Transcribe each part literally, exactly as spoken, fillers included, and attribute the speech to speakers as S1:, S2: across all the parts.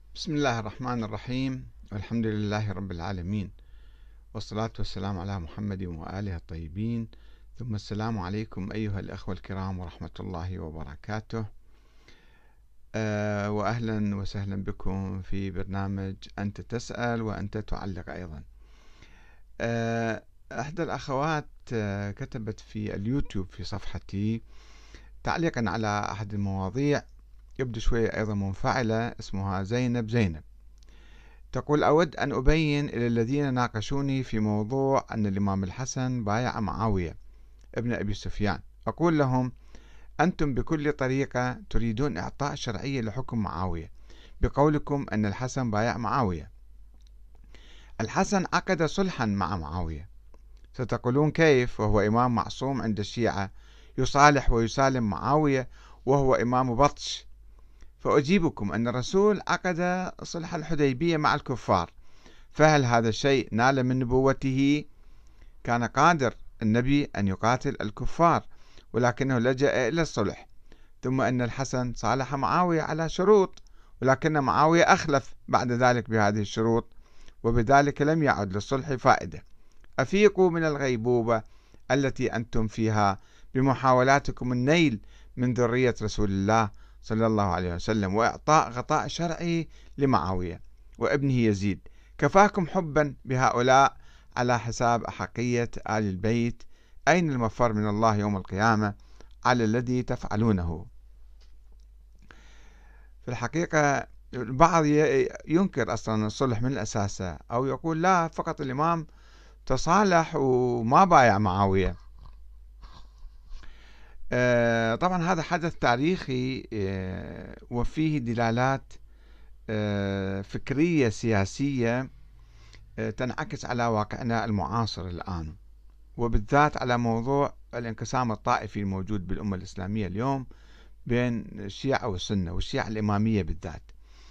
S1: بسم الله الرحمن الرحيم، والحمد لله رب العالمين، والصلاة والسلام على محمد وآله الطيبين، ثم السلام عليكم أيها الأخوة الكرام ورحمة الله وبركاته. أه وأهلا وسهلا بكم في برنامج أنت تسأل وأنت تعلق. أيضا أه أحدى الأخوات أه كتبت في اليوتيوب في صفحتي تعليقا على أحد المواضيع يبدو شوية أيضا منفعلة، اسمها زينب زينب. تقول: أود أن أبين إلى الذين ناقشوني في موضوع أن الإمام الحسن بايع معاوية ابن أبي سفيان، أقول لهم: أنتم بكل طريقة تريدون إعطاء شرعية لحكم معاوية بقولكم أن الحسن بايع معاوية. الحسن عقد صلحا مع معاوية، ستقولون كيف وهو إمام معصوم عند الشيعة يصالح ويسالم معاوية وهو إمام بطش؟ فأجيبكم أن الرسول عقد صلح الحديبية مع الكفار، فهل هذا الشيء نال من نبوته؟ كان قادر النبي أن يقاتل الكفار ولكنه لجأ إلى الصلح. ثم أن الحسن صالح معاوية على شروط، ولكن معاوية أخلف بعد ذلك بهذه الشروط، وبذلك لم يعد للصلح فائدة. أفيقوا من الغيبوبة التي أنتم فيها بمحاولاتكم النيل من ذرية رسول الله صلى الله عليه وسلم وإعطاء غطاء شرعي لمعاوية وابنه يزيد. كفاكم حبا بهؤلاء على حساب أحقية آل البيت. أين المفر من الله يوم القيامة على الذي تفعلونه؟ في الحقيقة البعض ينكر أصلا الصلح من الأساس، أو يقول لا، فقط الإمام تصالح وما بايع معاوية. طبعا هذا حدث تاريخي وفيه دلالات فكرية سياسية تنعكس على واقعنا المعاصر الآن، وبالذات على موضوع الانقسام الطائفي الموجود بالأمة الإسلامية اليوم بين الشيعة والسنة والشيعة الإمامية بالذات.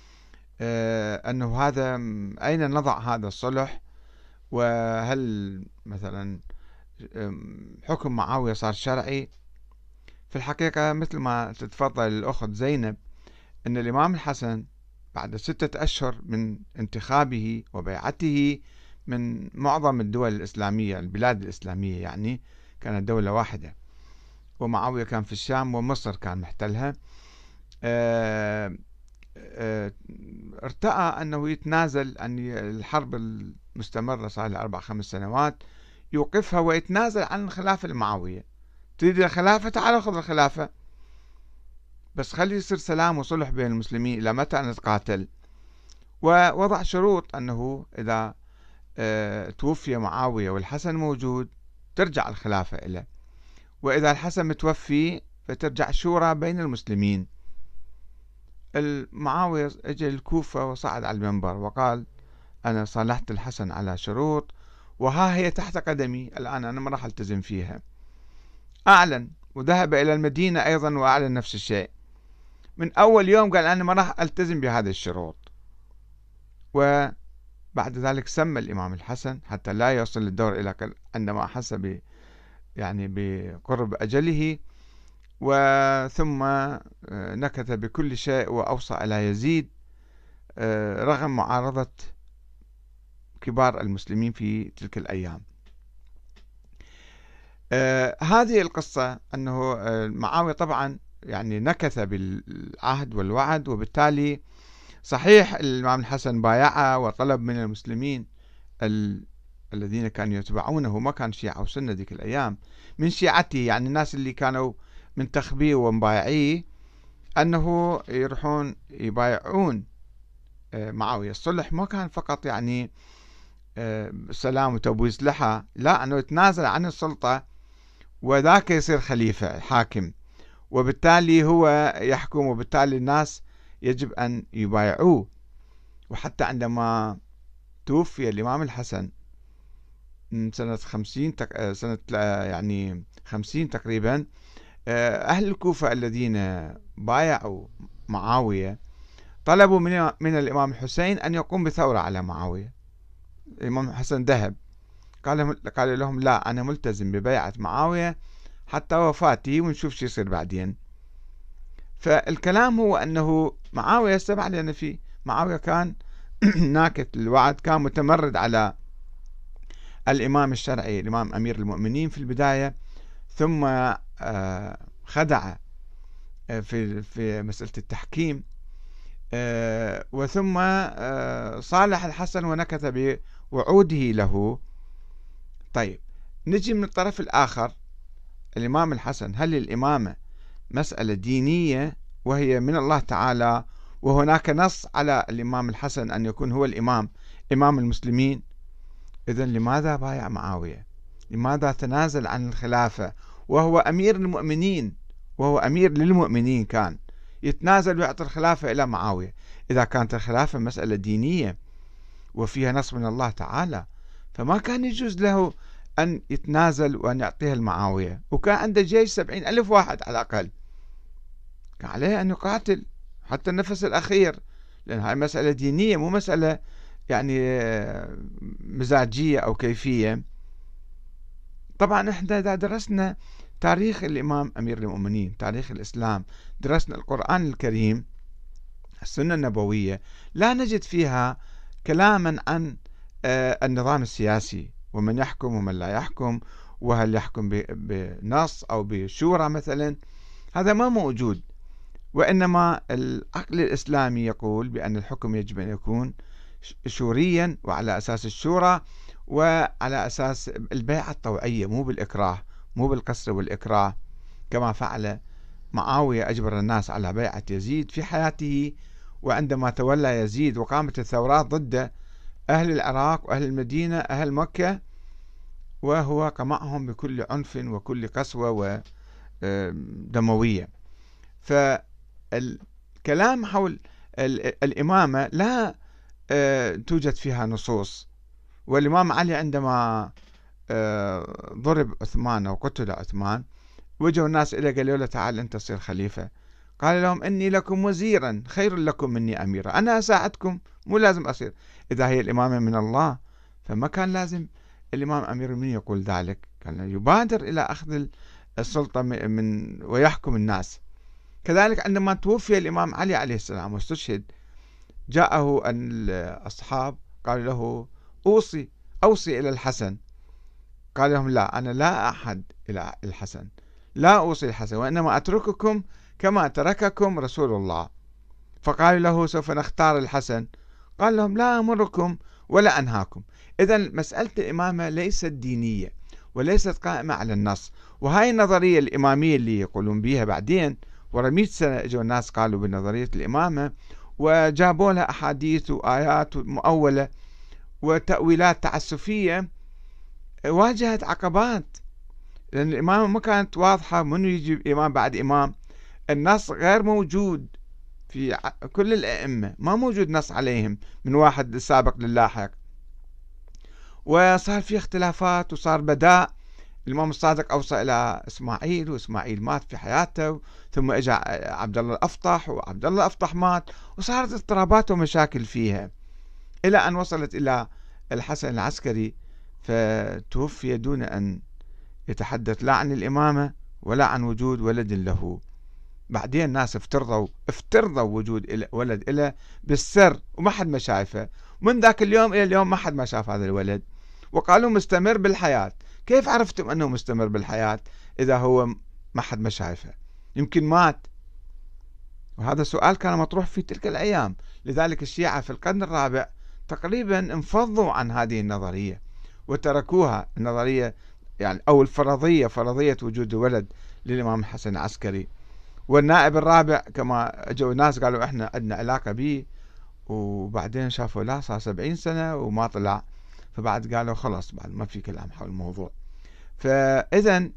S1: أنه هذا أين نضع هذا الصلح؟ وهل مثلا حكم معاوية صار شرعي؟ في الحقيقة مثل ما تتفضل الأخت زينب، أن الإمام الحسن بعد ستة أشهر من انتخابه وبيعته من معظم الدول الإسلامية، البلاد الإسلامية يعني، كانت دولة واحدة، ومعاوية كان في الشام ومصر كان محتلها، اه اه ارتأى أنه يتنازل عن الحرب المستمرة صار لها أربع خمس سنوات، يوقفها ويتنازل عن الخلافة المعاوية. تريد الخلافة؟ تعال خذ الخلافة، بس خلي يصير سلام وصلح بين المسلمين. إلى متى نتقاتل؟ ووضع شروط أنه إذا اه توفي معاوية والحسن موجود ترجع الخلافة إليه، وإذا الحسن متوفي فترجع شورى بين المسلمين. معاوية اجى الكوفة وصعد على المنبر وقال: أنا صالحت الحسن على شروط وها هي تحت قدمي الآن، أنا ما راح ألتزم فيها. أعلن وذهب إلى المدينة أيضا وأعلن نفس الشيء. من أول يوم قال: أنا ما راح ألتزم بهذه الشروط. وبعد ذلك سمى الإمام الحسن حتى لا يصل الدور إلى عندما أحس ب يعني بقرب أجله، وثم نكث بكل شيء وأوصى على يزيد رغم معارضة كبار المسلمين في تلك الأيام. آه هذه القصة أنه آه معاوية طبعا يعني نكث بالعهد والوعد، وبالتالي صحيح الإمام الحسن بايعه وطلب من المسلمين ال... الذين كانوا يتبعونه، ما كان شيعة وسنة ذيك الأيام، من شيعته يعني الناس اللي كانوا من تخبيه ومبايعيه، أنه يروحون يبايعون آه معاوية. الصلح ما كان فقط يعني آه سلام وتبويس لحى، لا، أنه يتنازل عن السلطة وذاك يصير خليفة حاكم، وبالتالي هو يحكم، وبالتالي الناس يجب أن يبايعوه. وحتى عندما توفي الإمام الحسن سنة خمسين تق... سنة يعني خمسين تقريبا، أهل الكوفة الذين بايعوا معاوية طلبوا من من الإمام الحسين أن يقوم بثورة على معاوية. الإمام الحسن ذهب قال قال لهم: لا، أنا ملتزم ببيعة معاوية حتى وفاتي ونشوف شو يصير بعدين. فالكلام هو أنه معاوية استمع لنا فيه، معاوية كان ناكث الوعد، كان متمرد على الإمام الشرعي الإمام أمير المؤمنين في البداية، ثم خدع في في مسألة التحكيم، وثم صالح الحسن ونكث بوعوده له. طيب نجي من الطرف الآخر، الإمام الحسن، هل الإمامة مسألة دينية وهي من الله تعالى، وهناك نص على الإمام الحسن أن يكون هو الإمام إمام المسلمين؟ إذن لماذا بايع معاوية؟ لماذا تنازل عن الخلافة وهو أمير المؤمنين، وهو أمير للمؤمنين، كان يتنازل ويعطي الخلافة إلى معاوية؟ إذا كانت الخلافة مسألة دينية وفيها نص من الله تعالى، فما كان يجوز له أن يتنازل وأن يعطيها المعاوية، وكان عنده جيش سبعين ألف واحد على الأقل، كان عليه أن يقاتل حتى النفس الأخير، لأن هاي مسألة دينية مو مسألة يعني مزاجية أو كيفية. طبعا احنا إذا درسنا تاريخ الإمام أمير المؤمنين، تاريخ الإسلام، درسنا القرآن الكريم، السنة النبوية، لا نجد فيها كلاما عن النظام السياسي ومن يحكم ومن لا يحكم، وهل يحكم بنص أو بشورى مثلا، هذا ما موجود. وإنما العقل الإسلامي يقول بأن الحكم يجب أن يكون شوريا وعلى أساس الشورى وعلى أساس البيعة الطوعية، مو بالإكراه، مو بالقسر والإكراه، كما فعل معاوية، أجبر الناس على بيعة يزيد في حياته، وعندما تولى يزيد وقامت الثورات ضد أهل العراق وأهل المدينة أهل مكة، وهو قمعهم بكل عنف وكل قسوة ودموية. فالكلام حول الإمامة لا توجد فيها نصوص. والإمام علي عندما ضرب عثمان أو قتل عثمان، وجوا الناس إليه قالوا له تعال أنت تصير خليفة، قال لهم إني لكم وزيرا خير لكم مني أميرا، أنا أساعدكم، مو لازم أصير. إذا هي الإمامة من الله فما كان لازم الإمام أمير المؤمنين يقول ذلك، كان يبادر إلى أخذ السلطة من ويحكم الناس. كذلك عندما توفي الإمام علي عليه السلام واستشهد، جاءه الأصحاب قالوا له أوصي أوصي إلى الحسن، قال لهم لا، أنا لا أحد إلى الحسن، لا أوصي الحسن، وإنما أترككم كما ترككم رسول الله. فقالوا له سوف نختار الحسن، قال لهم لا أمركم ولا أنهاكم. إذن مسألة الإمامة ليست دينية وليست قائمة على النص. وهاي النظرية الإمامية اللي يقولون بيها بعدين ورا مئة سنة اجوا الناس قالوا بنظرية الإمامة وجابوا لها أحاديث وآيات مؤولة وتأويلات تعسفية، واجهت عقبات، لأن الإمامة ما كانت واضحة، منو يجي إمام بعد إمام، النص غير موجود في كل الأئمة، ما موجود نص عليهم من واحد السابق للاحق، وصار في اختلافات وصار بداء. الإمام الصادق أوصى إلى إسماعيل وإسماعيل مات في حياته، ثم إجا عبد الله الأفطح وعبد الله الأفطح مات، وصارت اضطرابات ومشاكل فيها إلى أن وصلت إلى الحسن العسكري، فتوفي دون أن يتحدث لا عن الإمامة ولا عن وجود ولد له. بعدين الناس افترضوا افترضوا وجود ولد له بالسر وما حد ما شايفه، من ذاك اليوم إلى اليوم ما حد ما شاف هذا الولد، وقالوا مستمر بالحياة. كيف عرفتم أنه مستمر بالحياة إذا هو ما حد ما شايفه؟ يمكن مات. وهذا سؤال كان مطروح في تلك الأيام. لذلك الشيعة في القرن الرابع تقريبا انفضوا عن هذه النظرية وتركوها، النظرية يعني أو الفرضية، فرضية وجود ولد للإمام الحسن العسكري. والنائب الرابع كما اجوا ناس قالوا احنا عندنا علاقة به، وبعدين شافوا لا صار سبعين سنة وما طلع، فبعد قالوا خلاص بعد ما في كلام حول الموضوع. فإذا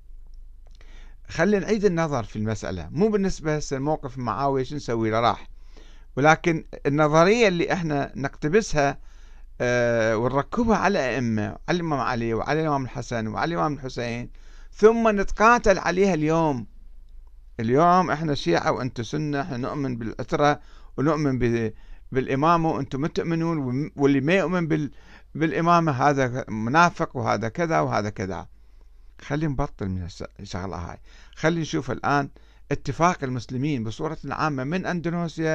S1: خلينا نعيد النظر في المسألة، مو بالنسبة لموقف معاوية شو نسوي له راح، ولكن النظرية اللي احنا نقتبسها أه ونركبها على أئمة، على الإمام علي وعلى الإمام الحسن وعلى الإمام الحسين، ثم نتقاتل عليها اليوم. اليوم احنا شيعة وانتم سنة، احنا نؤمن بالعترة ونؤمن بالإمامة وانتم ما تؤمنون، واللي ما يؤمن بال بالإمامة هذا منافق وهذا كذا وهذا كذا. خلي نبطل من الشغلة هاي، خلي نشوف الآن اتفاق المسلمين بصورة عامة من أندونيسيا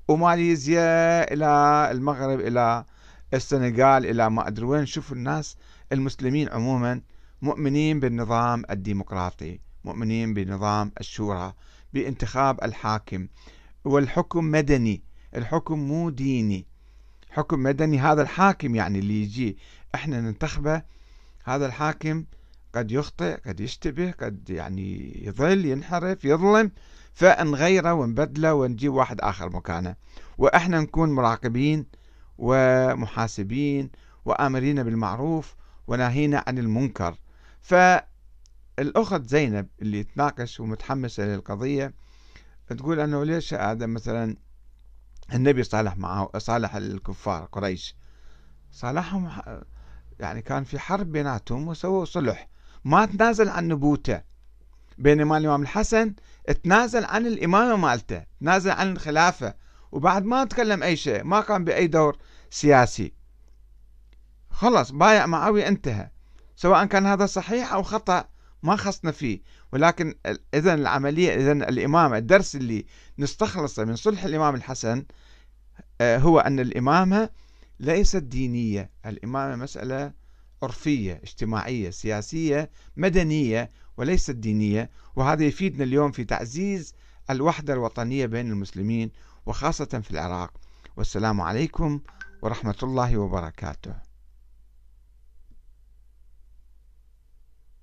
S1: وماليزيا إلى المغرب إلى السنغال إلى ما أدري وين. شوفوا الناس المسلمين عموما مؤمنين بالنظام الديمقراطي، مؤمنين بنظام الشورى، بانتخاب الحاكم، والحكم مدني، الحكم مو ديني، حكم مدني. هذا الحاكم يعني اللي يجي احنا ننتخبه، هذا الحاكم قد يخطئ، قد يشتبه، قد يعني يضل، ينحرف، يظلم، فنغيره ونبدله ونجيب واحد آخر مكانه، وإحنا نكون مراقبين ومحاسبين وآمرين بالمعروف وناهين عن المنكر. فالأخت زينب اللي تناقش ومتحمسة للقضية تقول أنه ليش هذا مثلا النبي صالح معه، صالح الكفار قريش، صالحهم يعني كان في حرب بيناتهم وسووا صلح، ما تنازل عن نبوته، بينما الإمام الحسن تنازل عن الإمامة مالته، تنازل عن الخلافة، وبعد ما تكلم أي شيء، ما قام بأي دور سياسي، خلص بايع معاوية، انتهى. سواء كان هذا صحيح أو خطأ ما خصنا فيه، ولكن إذن العملية، إذن الإمامة، الدرس اللي نستخلصه من صلح الإمام الحسن هو أن الإمامة ليست دينية، الإمامة مسألة عرفية، اجتماعية، سياسية، مدنية، وليست دينية. وهذا يفيدنا اليوم في تعزيز الوحدة الوطنية بين المسلمين وخاصة في العراق. والسلام عليكم ورحمة الله وبركاته.